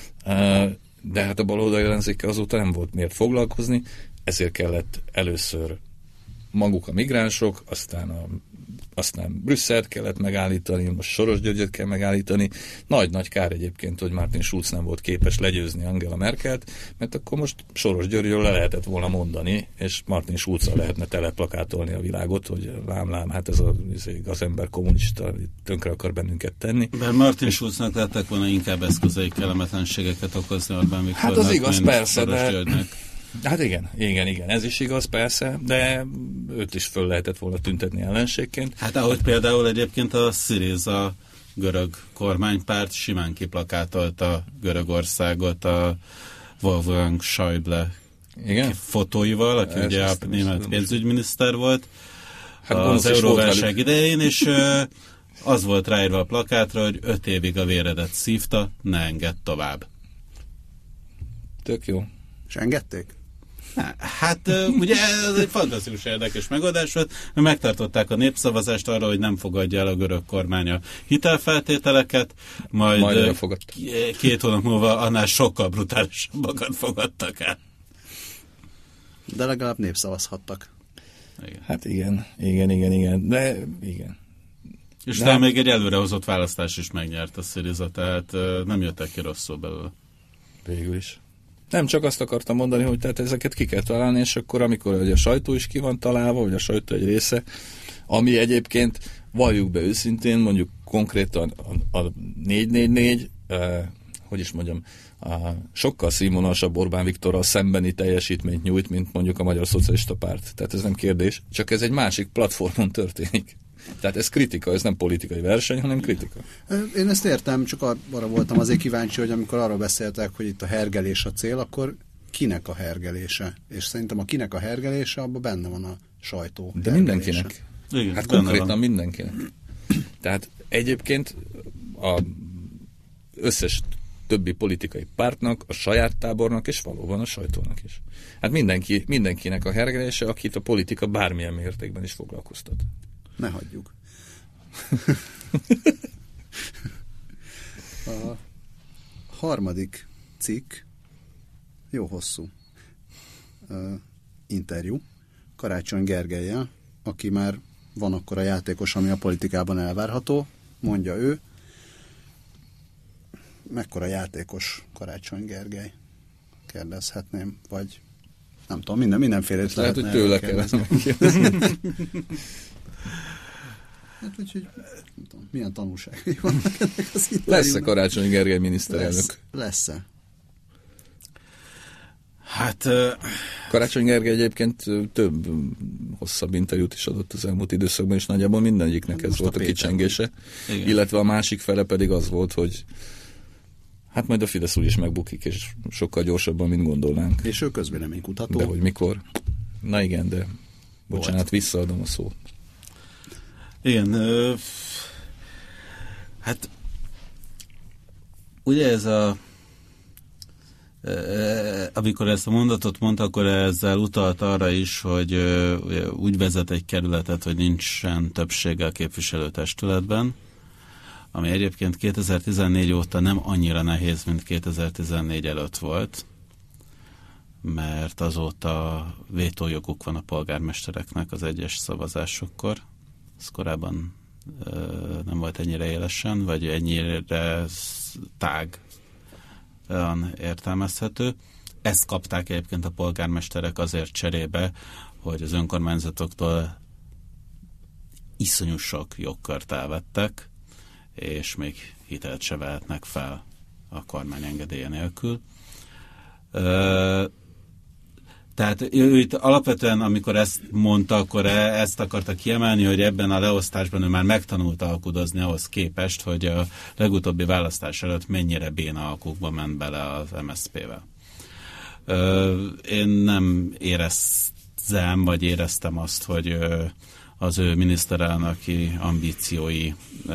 De hát a baloldali ellenzékkel azóta nem volt miért foglalkozni, ezért kellett először maguk a migránsok, aztán, a, aztán Brüsszelt kellett megállítani, most Soros Györgyöt kell megállítani. Nagy-nagy kár egyébként, hogy Martin Schulz nem volt képes legyőzni Angela Merkelt, mert akkor most Soros Györgyről le lehetett volna mondani, és Martin Schulzzal lehetne teleplakátolni a világot, hogy lám-lám, hát ez az ember kommunista tönkre akar bennünket tenni. Mert Martin Schulznak lettek volna inkább eszközei kellemetlenségeket okozni Orbán Viktornak. Hát az igaz, persze, de... Hát igen, igen, igen, ez is igaz, persze, de őt is föl lehetett volna tüntetni ellenségként. Hát ahogy például egyébként a Syriza görög kormánypárt simán kiplakátolta Görögországot a Wolfgang Schäuble igen? fotóival, aki ez ugye a német most... pénzügyminiszter volt hát az euróválság idején, és az volt ráírva a plakátra, hogy öt évig a véredet szívta, ne engedd tovább. Tök jó. És engedték? Hát ugye ez egy fantasztikus érdekes megoldás volt, mert megtartották a népszavazást arra, hogy nem fogadja el a görög kormány a hitelfeltételeket, majd, majd két hónap múlva annál sokkal brutálisabbakat fogadtak el. De legalább népszavazhattak. Igen. Hát igen, igen, igen, igen, de igen. És talán még egy előrehozott választás is megnyert a Syriza, tehát nem jöttek ki rosszul belőle. Végül is. Nem, csak azt akartam mondani, hogy tehát ezeket ki kell találni, és akkor amikor a sajtó is ki van találva, vagy a sajtó egy része, ami egyébként, valljuk be őszintén, mondjuk konkrétan a, a négy négy négy, eh, hogy is mondjam, a sokkal színvonalasabb Orbán Viktorral szembeni teljesítményt nyújt, mint mondjuk a Magyar Szocialista Párt. Tehát ez nem kérdés, csak ez egy másik platformon történik. Tehát ez kritika, ez nem politikai verseny, hanem kritika. Én ezt értem, csak arra voltam azért kíváncsi, hogy amikor arról beszéltek, hogy itt a hergelés a cél, akkor kinek a hergelése? És szerintem a kinek a hergelése, abban benne van a sajtó. De mindenkinek. Igen, hát konkrétan van. Mindenkinek. Tehát egyébként a összes többi politikai pártnak, a saját tábornak, és valóban a sajtónak is. Hát mindenki, mindenkinek a hergelése, akit a politika bármilyen mértékben is foglalkoztat. Ne hagyjuk. A harmadik cikk, jó hosszú uh, interjú Karácsony Gergellyel, aki már van akkor a játékos, ami a politikában elvárható, mondja ő. Mekkora játékos Karácsony Gergely? Kérdezhetném, vagy nem tudom, minden, mindenfélét lehet, hogy tőle kellene megkérdezni. Hát úgyhogy, nem tudom, milyen tanulságai vannak ennek az interjúnak. Lesz-e Karácsony Gergely miniszterelnök? Lesz, lesz-e? Hát... Uh... Karácsony Gergely egyébként több hosszabb interjút is adott az elmúlt időszakban, és nagyjából mindegyiknek ez volt a, a kicsengése. Illetve a másik fele pedig az volt, hogy hát majd a Fidesz úgyis megbukik, és sokkal gyorsabban, mint gondolnánk. És ő közvéleménykutató. De hogy mikor? Na igen, de bocsánat, volt. Visszaadom a szót. Igen, ö, hát ugye ez a ö, amikor ezt a mondatot mondta, akkor ezzel utalt arra is, hogy ö, úgy vezet egy kerületet, hogy nincsen többsége a képviselőtestületben, ami egyébként kétezer-tizennégy óta nem annyira nehéz, mint kétezer-tizennégy előtt volt, mert azóta vétójoguk van a polgármestereknek az egyes szavazásokkor. Ez korábban ö, nem volt ennyire élesen, vagy ennyire tágan értelmezhető. Ezt kapták egyébként a polgármesterek azért cserébe, hogy az önkormányzatoktól iszonyú sok jogkört elvettek, és még hitelt se vehetnek fel a kormány engedélye nélkül. Ö, Tehát ő itt alapvetően, amikor ezt mondta, akkor ezt akarta kiemelni, hogy ebben a leosztásban ő már megtanult alkudozni ahhoz képest, hogy a legutóbbi választás előtt mennyire béna alkukba ment bele az em es zé pé-vel. Én nem éreztem, vagy éreztem azt, hogy az ő miniszterelnöki ambíciói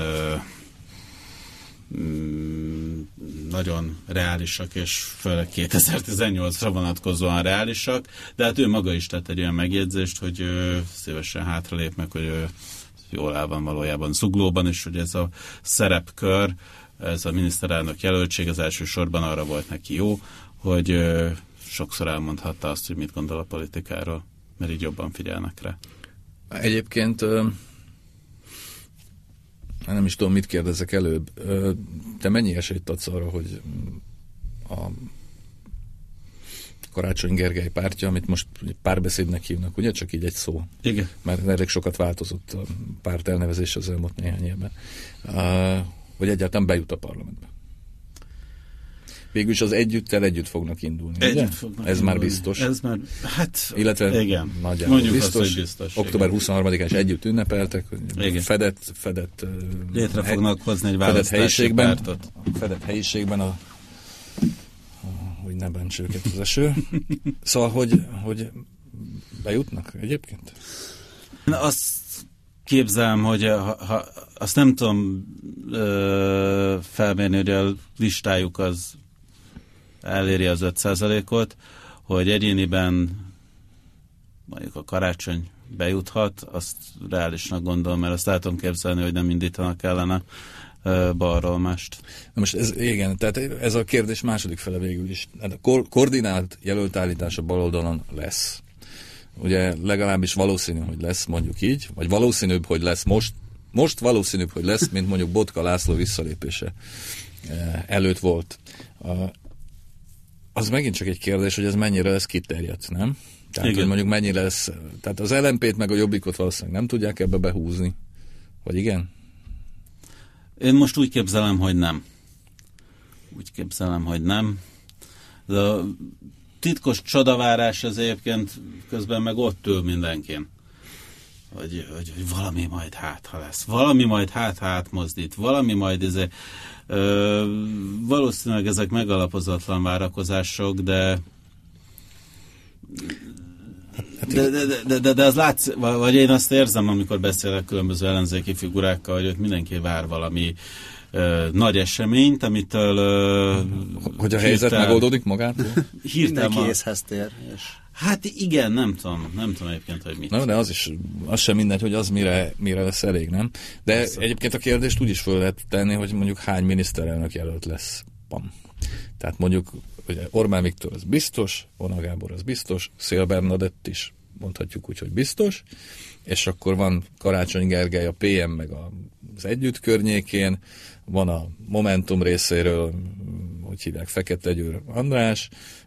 nagyon reálisak, és főleg kétezer-tizennyolcra vonatkozóan reálisak, de hát ő maga is tett egy olyan megjegyzést, hogy ő szívesen hátralép meg, hogy ő jól el van valójában Zuglóban, és hogy ez a szerepkör, ez a miniszterelnök jelöltség az elsősorban arra volt neki jó, hogy sokszor elmondhatta azt, hogy mit gondol a politikáról, mert így jobban figyelnek rá. Egyébként nem is tudom, mit kérdezek előbb. Te mennyi esélyt adsz arra, hogy a Karácsony Gergely pártja, amit most párbeszédnek hívnak, ugye? Csak így egy szó. Igen. Mert elég sokat változott a párt elnevezés az elmúlt néhány évben. Hogy egyáltalán bejut a parlamentbe. Végülis az együttel együtt fognak indulni. Együtt fognak Ez indulni. Már biztos. Ez már, hát... Illetve igen. Nagyjából Mondjuk biztos. Azt, hogy biztos. október huszonharmadikán is együtt ünnepeltek. Igen. Fedett, fedett... Létre hely, fognak hozni egy fedett helyiségben, pártot. Fedett helyiségben a, a hogy ne bánts őket az eső. Szóval, hogy, hogy bejutnak egyébként? Azt képzelem, hogy ha, ha, azt nem tudom ö, felmérni, hogy a listájuk az eléri az öt százalékot, hogy egyéniben mondjuk a Karácsony bejuthat, azt reálisnak gondolom, mert azt látom képzelni, hogy nem indítanak ellene ö, balról mást. Na most ez, igen, tehát ez a kérdés második fele végül is. A ko- koordinált jelöltállítás a baloldalon lesz. Ugye legalábbis valószínű, hogy lesz, mondjuk így, vagy valószínűbb, hogy lesz most, most valószínűbb, hogy lesz, mint mondjuk Botka László visszalépése előtt volt. Az megint csak egy kérdés, hogy ez mennyire lesz kiterjedt, nem? Tehát, igen. Hogy mondjuk mennyire lesz, tehát az el em pét meg a Jobbikot valószínűleg nem tudják ebbe behúzni. Vagy igen? Én most úgy képzelem, hogy nem. Úgy képzelem, hogy nem. De a titkos csodavárás az egyébként közben meg ott ül mindenkin. Hogy, hogy, hogy valami majd hát, ha lesz. Valami majd hát, hát mozdít. Valami majd ez, ö, valószínűleg ezek megalapozatlan várakozások, de de, de, de, de, de az látsz, vagy én azt érzem, amikor beszélek különböző ellenzéki figurákkal, hogy ott mindenki vár valami ö, nagy eseményt, amitől ö, hogy a helyzet hirtelen, megoldódik magától? Mindenki észhez tér. És... Hát igen, nem tudom, nem tudom egyébként, hogy mit. Na, de az is, az sem mindegy, hogy az mire, mire lesz elég, nem? De Persze. Egyébként a kérdést úgy is föl lehet tenni, hogy mondjuk hány miniszterelnök jelölt lesz. Pam. Tehát mondjuk hogy Orbán Viktor az biztos, Vona Gábor az biztos, Szél Bernadett is mondhatjuk úgy, hogy biztos, és akkor van Karácsony Gergely a pé em meg az Együtt környékén, van a Momentum részéről, hogy hívják, Fekete Győr András,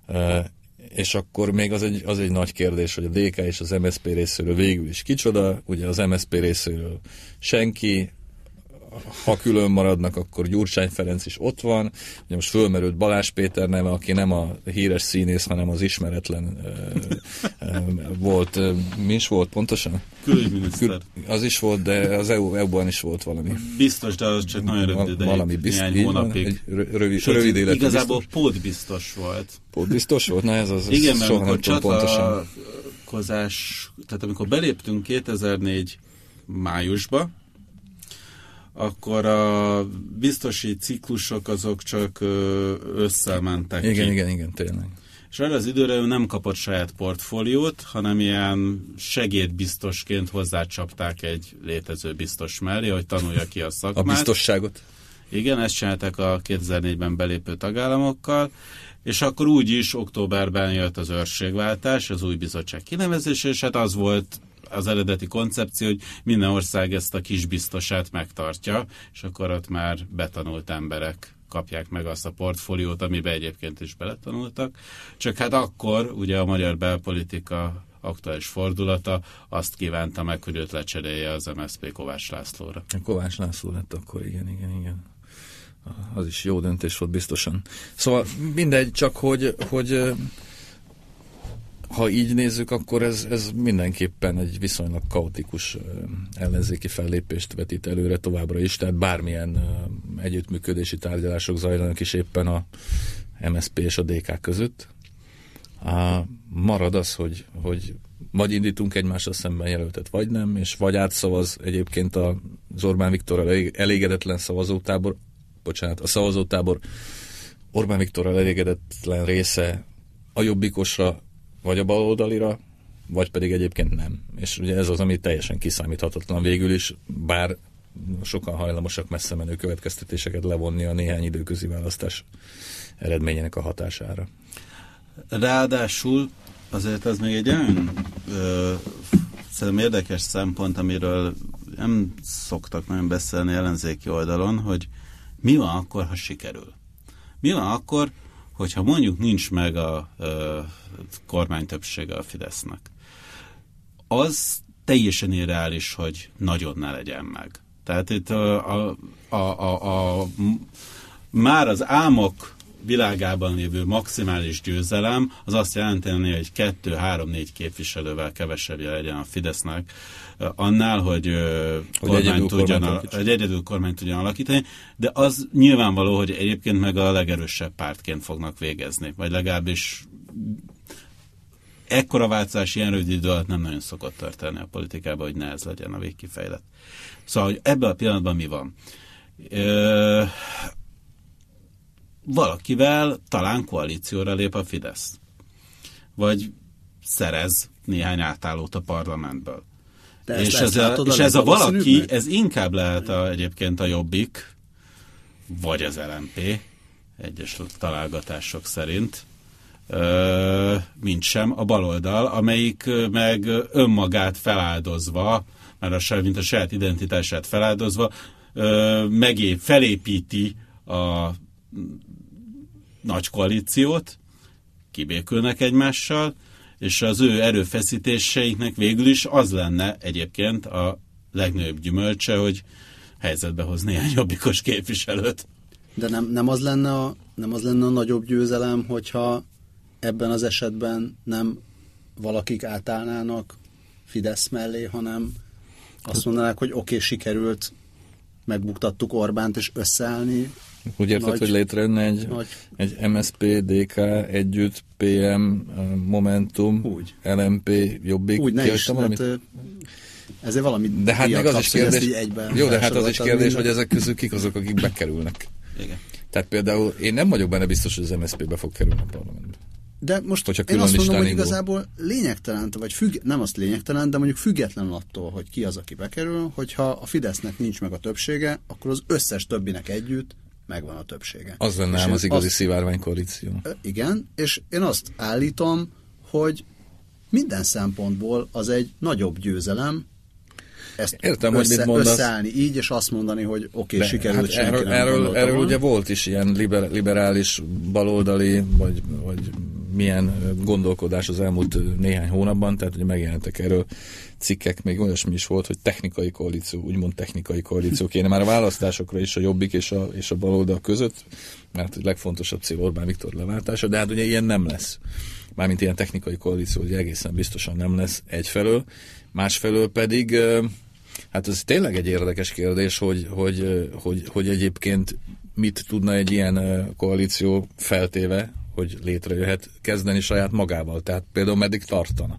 és akkor még az egy, az egy nagy kérdés, hogy a dé ká és az em es zé pé részéről végül is kicsoda, ugye az em es zé pé részéről senki, ha külön maradnak, akkor Gyurcsány Ferenc is ott van. Ugye most fölmerült Balázs Péter neve, aki nem a híres színész, hanem az ismeretlen uh, uh, volt. Uh, mi is volt pontosan? Külügyminiszter. Kül, az is volt, de az é u-ban is volt valami. Biztos, de az csak nagyon rövid ideig. Valami biztos, néhány hónapig. Rövid, rövid életű igazából biztos. Pótbiztos volt. Pótbiztos volt? Na ez az, az igen, mert soha amikor csatlakozás, tehát amikor beléptünk kétezer-négy májusba, akkor a biztosi ciklusok azok csak összementek igen, ki. Igen, igen, igen, tényleg. És erre az időre ő nem kapott saját portfóliót, hanem ilyen segédbiztosként hozzácsapták egy létező biztos mellé, hogy tanulja ki a szakmát. A biztosságot. Igen, ezt csinálták a kétezer-négyben belépő tagállamokkal, és akkor úgy is októberben jött az őrségváltás, az új bizottság kinevezése, és hát az volt az eredeti koncepció, hogy minden ország ezt a kis biztosát megtartja, és akkor ott már betanult emberek kapják meg azt a portfóliót, amiben egyébként is beletanultak. Csak hát akkor ugye a magyar belpolitika aktuális fordulata azt kívánta meg, hogy őt lecserélje az em es zé pé Kovács Lászlóra. Kovács László lett akkor, igen, igen, igen. Az is jó döntés volt biztosan. Szóval mindegy, csak hogy, hogy ha így nézzük, akkor ez, ez mindenképpen egy viszonylag kaotikus ellenzéki fellépést vetít előre továbbra is, tehát bármilyen együttműködési tárgyalások zajlanak is éppen a em es zé pé és a dé ká között. Marad az, hogy, hogy vagy indítunk egymással szemben jelöltet, vagy nem, és vagy átszavaz egyébként az Orbán Viktorral elégedetlen szavazótábor, bocsánat, a szavazótábor Orbán Viktorral elégedetlen része a jobbikosra, vagy a baloldalira, vagy pedig egyébként nem. És ugye ez az, ami teljesen kiszámíthatatlan végül is, bár sokan hajlamosak messze menő következtetéseket levonni a néhány időközi választás eredményének a hatására. Ráadásul azért ez még egy olyan ö, szerintem érdekes szempont, amiről nem szoktak nagyon beszélni ellenzéki oldalon, hogy mi van akkor, ha sikerül? Mi van akkor, hogyha mondjuk nincs meg a ö, kormány többsége a Fidesznek? Az teljesen irreális, hogy nagyon ne legyen meg. Tehát itt a, a, a, a, a, már az álmok világában lévő maximális győzelem az azt jelenteni, hogy kettő, három, négy képviselővel kevesebbje legyen a Fidesznek annál, hogy, hogy, kormány tudjan, a, hogy egyedül kormányt tudjan alakítani, de az nyilvánvaló, hogy egyébként meg a legerősebb pártként fognak végezni, vagy legalábbis ekkora változás ilyen rövid idő alatt nem nagyon szokott történni a politikában, hogy ne ez legyen a végkifejlet. Szóval, hogy ebben a pillanatban mi van? Ö, valakivel talán koalícióra lép a Fidesz. Vagy szerez néhány átállót a parlamentből. De és ez a, és ez a valaki, ez inkább lehet a, egyébként a Jobbik, vagy az el em pé, egyes találgatások szerint, ö, mint sem a baloldal, amelyik meg önmagát feláldozva, mert a, mint a saját identitását feláldozva, ö, megé, felépíti a nagy koalíciót, kibékülnek egymással, és az ő erőfeszítéseiknek végül is az lenne egyébként a legnagyobb gyümölcse, hogy helyzetbe hoz néhány jobbikos képviselőt. De nem, nem, az lenne a, nem az lenne a nagyobb győzelem, hogyha ebben az esetben nem valakik átállnának Fidesz mellé, hanem azt mondanák, hogy oké, okay, sikerült, megbuktattuk Orbánt, és összeállni. Úgy érted, nagy, hogy létrejönne egy, egy em es zé pé, dé ká, Együtt, pé em, Momentum, úgy. el em pé, Jobbik. Úgy, ne is, hát, Ezért valami de hát meg az is kérdés, jó, de hát az is kérdés, minden. hogy ezek közül kik azok, akik bekerülnek. Igen. Tehát például én nem vagyok benne biztos, hogy az em es zé pé be fog kerülni a parlamentbe. De most Hogyha én azt mondom, hogy igazából lényegtelen, vagy függ, nem azt lényegtelen, de mondjuk függetlenül attól, hogy ki az, aki bekerül, hogyha a Fidesznek nincs meg a többsége, akkor az összes többinek együtt megvan a többsége. Az lenne ám az igazi azt, szivárványkoalíció. Igen, és én azt állítom, hogy minden szempontból az egy nagyobb győzelem, ezt Értem, össze, hogy mit mondasz. Összeállni így, és azt mondani, hogy oké, okay, sikerült, hát erről, erről, erről ugye volt is ilyen liber, liberális, baloldali, vagy, vagy milyen gondolkodás az elmúlt néhány hónapban, tehát ugye megjelentek erről cikkek, még olyasmi is volt, hogy technikai koalíció, úgymond technikai koalíció kéne már a választásokra is a Jobbik és a, és a baloldal között, mert a legfontosabb cél Orbán Viktor leváltása, de hát ugye ilyen nem lesz. Mármint ilyen technikai koalíció, ugye egészen biztosan nem lesz egyfelől, másfelől pedig hát ez tényleg egy érdekes kérdés, hogy, hogy, hogy, hogy egyébként mit tudna egy ilyen koalíció feltéve, hogy létrejöhet, kezdeni saját magával. Tehát például meddig tartana.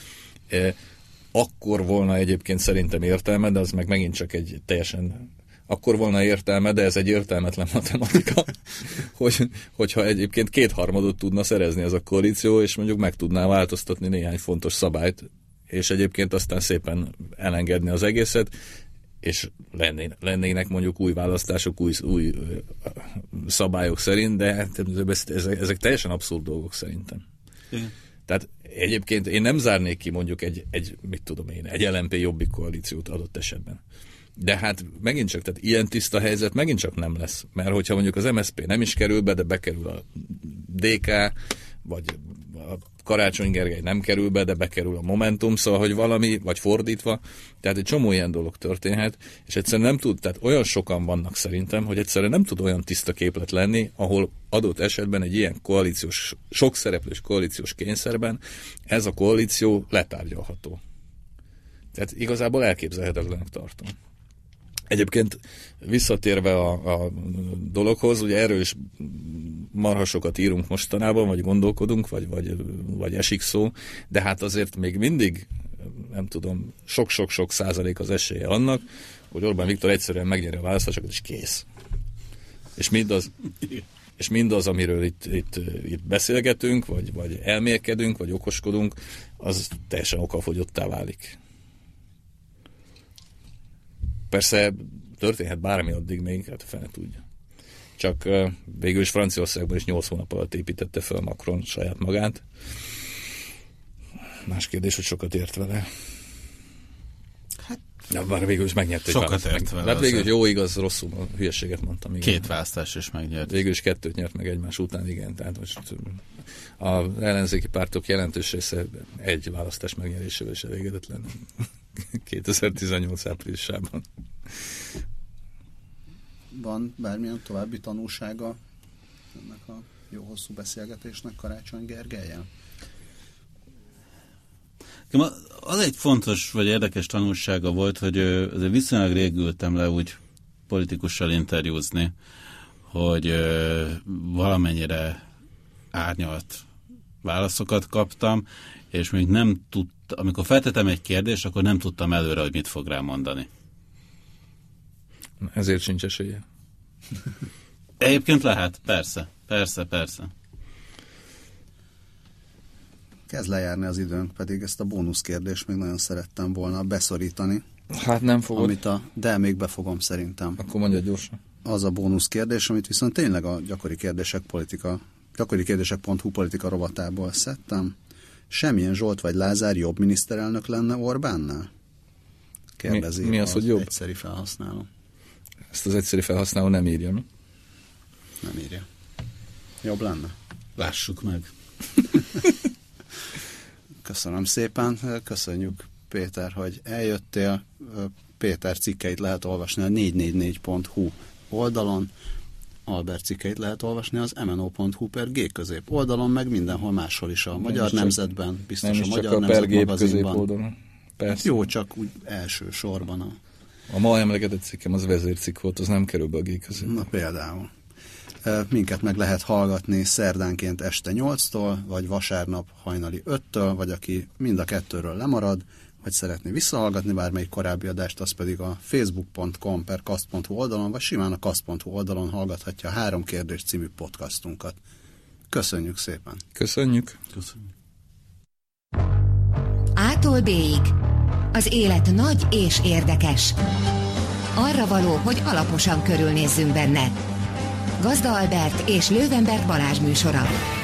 Akkor volna egyébként szerintem értelme, de az meg megint csak egy teljesen... Akkor volna értelme, de ez egy értelmetlen matematika, hogy, hogyha egyébként kétharmadot tudna szerezni ez a koalíció, és mondjuk meg tudná változtatni néhány fontos szabályt, és egyébként aztán szépen elengedni az egészet, és lennének mondjuk új választások, új, új szabályok szerint, de ezek, ezek teljesen abszurd dolgok szerintem. Igen. Tehát egyébként én nem zárnék ki mondjuk egy, egy mit tudom én, egy el em pé Jobbik koalíciót adott esetben. De hát megint csak, tehát ilyen tiszta helyzet megint csak nem lesz. Mert hogyha mondjuk az em es zé pé nem is kerül be, de bekerül a dé ká, vagy a Karácsony Gergely nem kerül be, de bekerül a Momentum, szóval, hogy valami, vagy fordítva, tehát egy csomó ilyen dolog történhet, és egyszerűen nem tud, tehát olyan sokan vannak szerintem, hogy egyszerűen nem tud olyan tiszta képlet lenni, ahol adott esetben egy ilyen koalíciós, sok szereplős koalíciós kényszerben ez a koalíció letárgyalható. Tehát igazából elképzelhetetlenek tartom. Egyébként visszatérve a, a dologhoz, ugye erről is marhasokat írunk mostanában, vagy gondolkodunk, vagy, vagy, vagy esik szó, de hát azért még mindig, nem tudom, sok-sok-sok százalék az esélye annak, hogy Orbán Viktor egyszerűen megnyeri a választásokat, és kész. És mindaz, és mindaz amiről itt, itt, itt beszélgetünk, vagy, vagy elmélkedünk, vagy okoskodunk, az teljesen okafogyottá válik. Persze történhet bármi addig még, hát a fene tudja. Csak uh, végül is Franciaországban is nyolc hónap alatt építette fel Macron saját magát. Más kérdés, hogy sokat ért vele. Hát, ja, bár végül is megnyerte. Sokat ért vele. Hát végül is jó, igaz, rosszul, a hülyeséget mondtam. Igen. Két választás is megnyert. Végül is kettőt nyert meg egymás után, igen. Tehát most az ellenzéki pártok jelentős része egy választás megnyerésével is elégedett lenne. kétezer-tizennyolc áprilisában. Van bármilyen további tanulsága ennek a jó hosszú beszélgetésnek Karácsony Gergellyel? Az egy fontos vagy érdekes tanulsága volt, hogy azért viszonylag rég ültem le úgy politikussal interjúzni, hogy valamennyire árnyalt válaszokat kaptam, és még nem tudtam, amikor feltettem egy kérdést, akkor nem tudtam előre, hogy mit fog rá mondani. Ezért sincs esélye. Egyébként lehet, persze, persze, persze. Kezd lejárni az időnk, pedig ezt a bónusz kérdést még nagyon szerettem volna beszorítani. Hát nem fogod. Amit a, de még befogom szerintem. Akkor mondja gyorsan. Az a bónusz kérdés, amit viszont tényleg a gyakori kérdések politika, gyakori kérdések pont hu politika rovatából szedtem. Semmilyen Zsolt vagy Lázár jobb miniszterelnök lenne Orbánnál? Kérdezi mi, mi az, az, hogy jobb? Egyszeri felhasználó. Ezt az egyszeri felhasználó nem írja, mi? Nem írja. Jobb lenne? Lássuk meg. Köszönöm szépen. Köszönjük, Péter, hogy eljöttél. Péter cikkeit lehet olvasni a négy négy négy pont hu oldalon. Albert cikkeit lehet olvasni az em en o pont hu per G közép oldalon, meg mindenhol máshol is a nem Magyar is Nemzetben, csak, biztos a Magyar Nemzet magazinban. Jó, csak úgy első sorban. A, a ma emlegetett cikkem az vezércikk volt, az nem kerül be a G közé. Na például. Minket meg lehet hallgatni szerdánként este nyolctól, vagy vasárnap hajnali öttől, vagy aki mind a kettőről lemarad, vagy szeretné visszahallgatni bármelyik korábbi adást, az pedig a facebook pont com per kast pont hu oldalon, vagy simán a kast pont hu oldalon hallgathatja a Három kérdés című podcastunkat. Köszönjük szépen! Köszönjük! Köszönjük! A-tól B-ig. Az élet nagy és érdekes. Arra való, hogy alaposan körülnézzünk benne. Gazda Albert és Lővenberg Balázs műsora.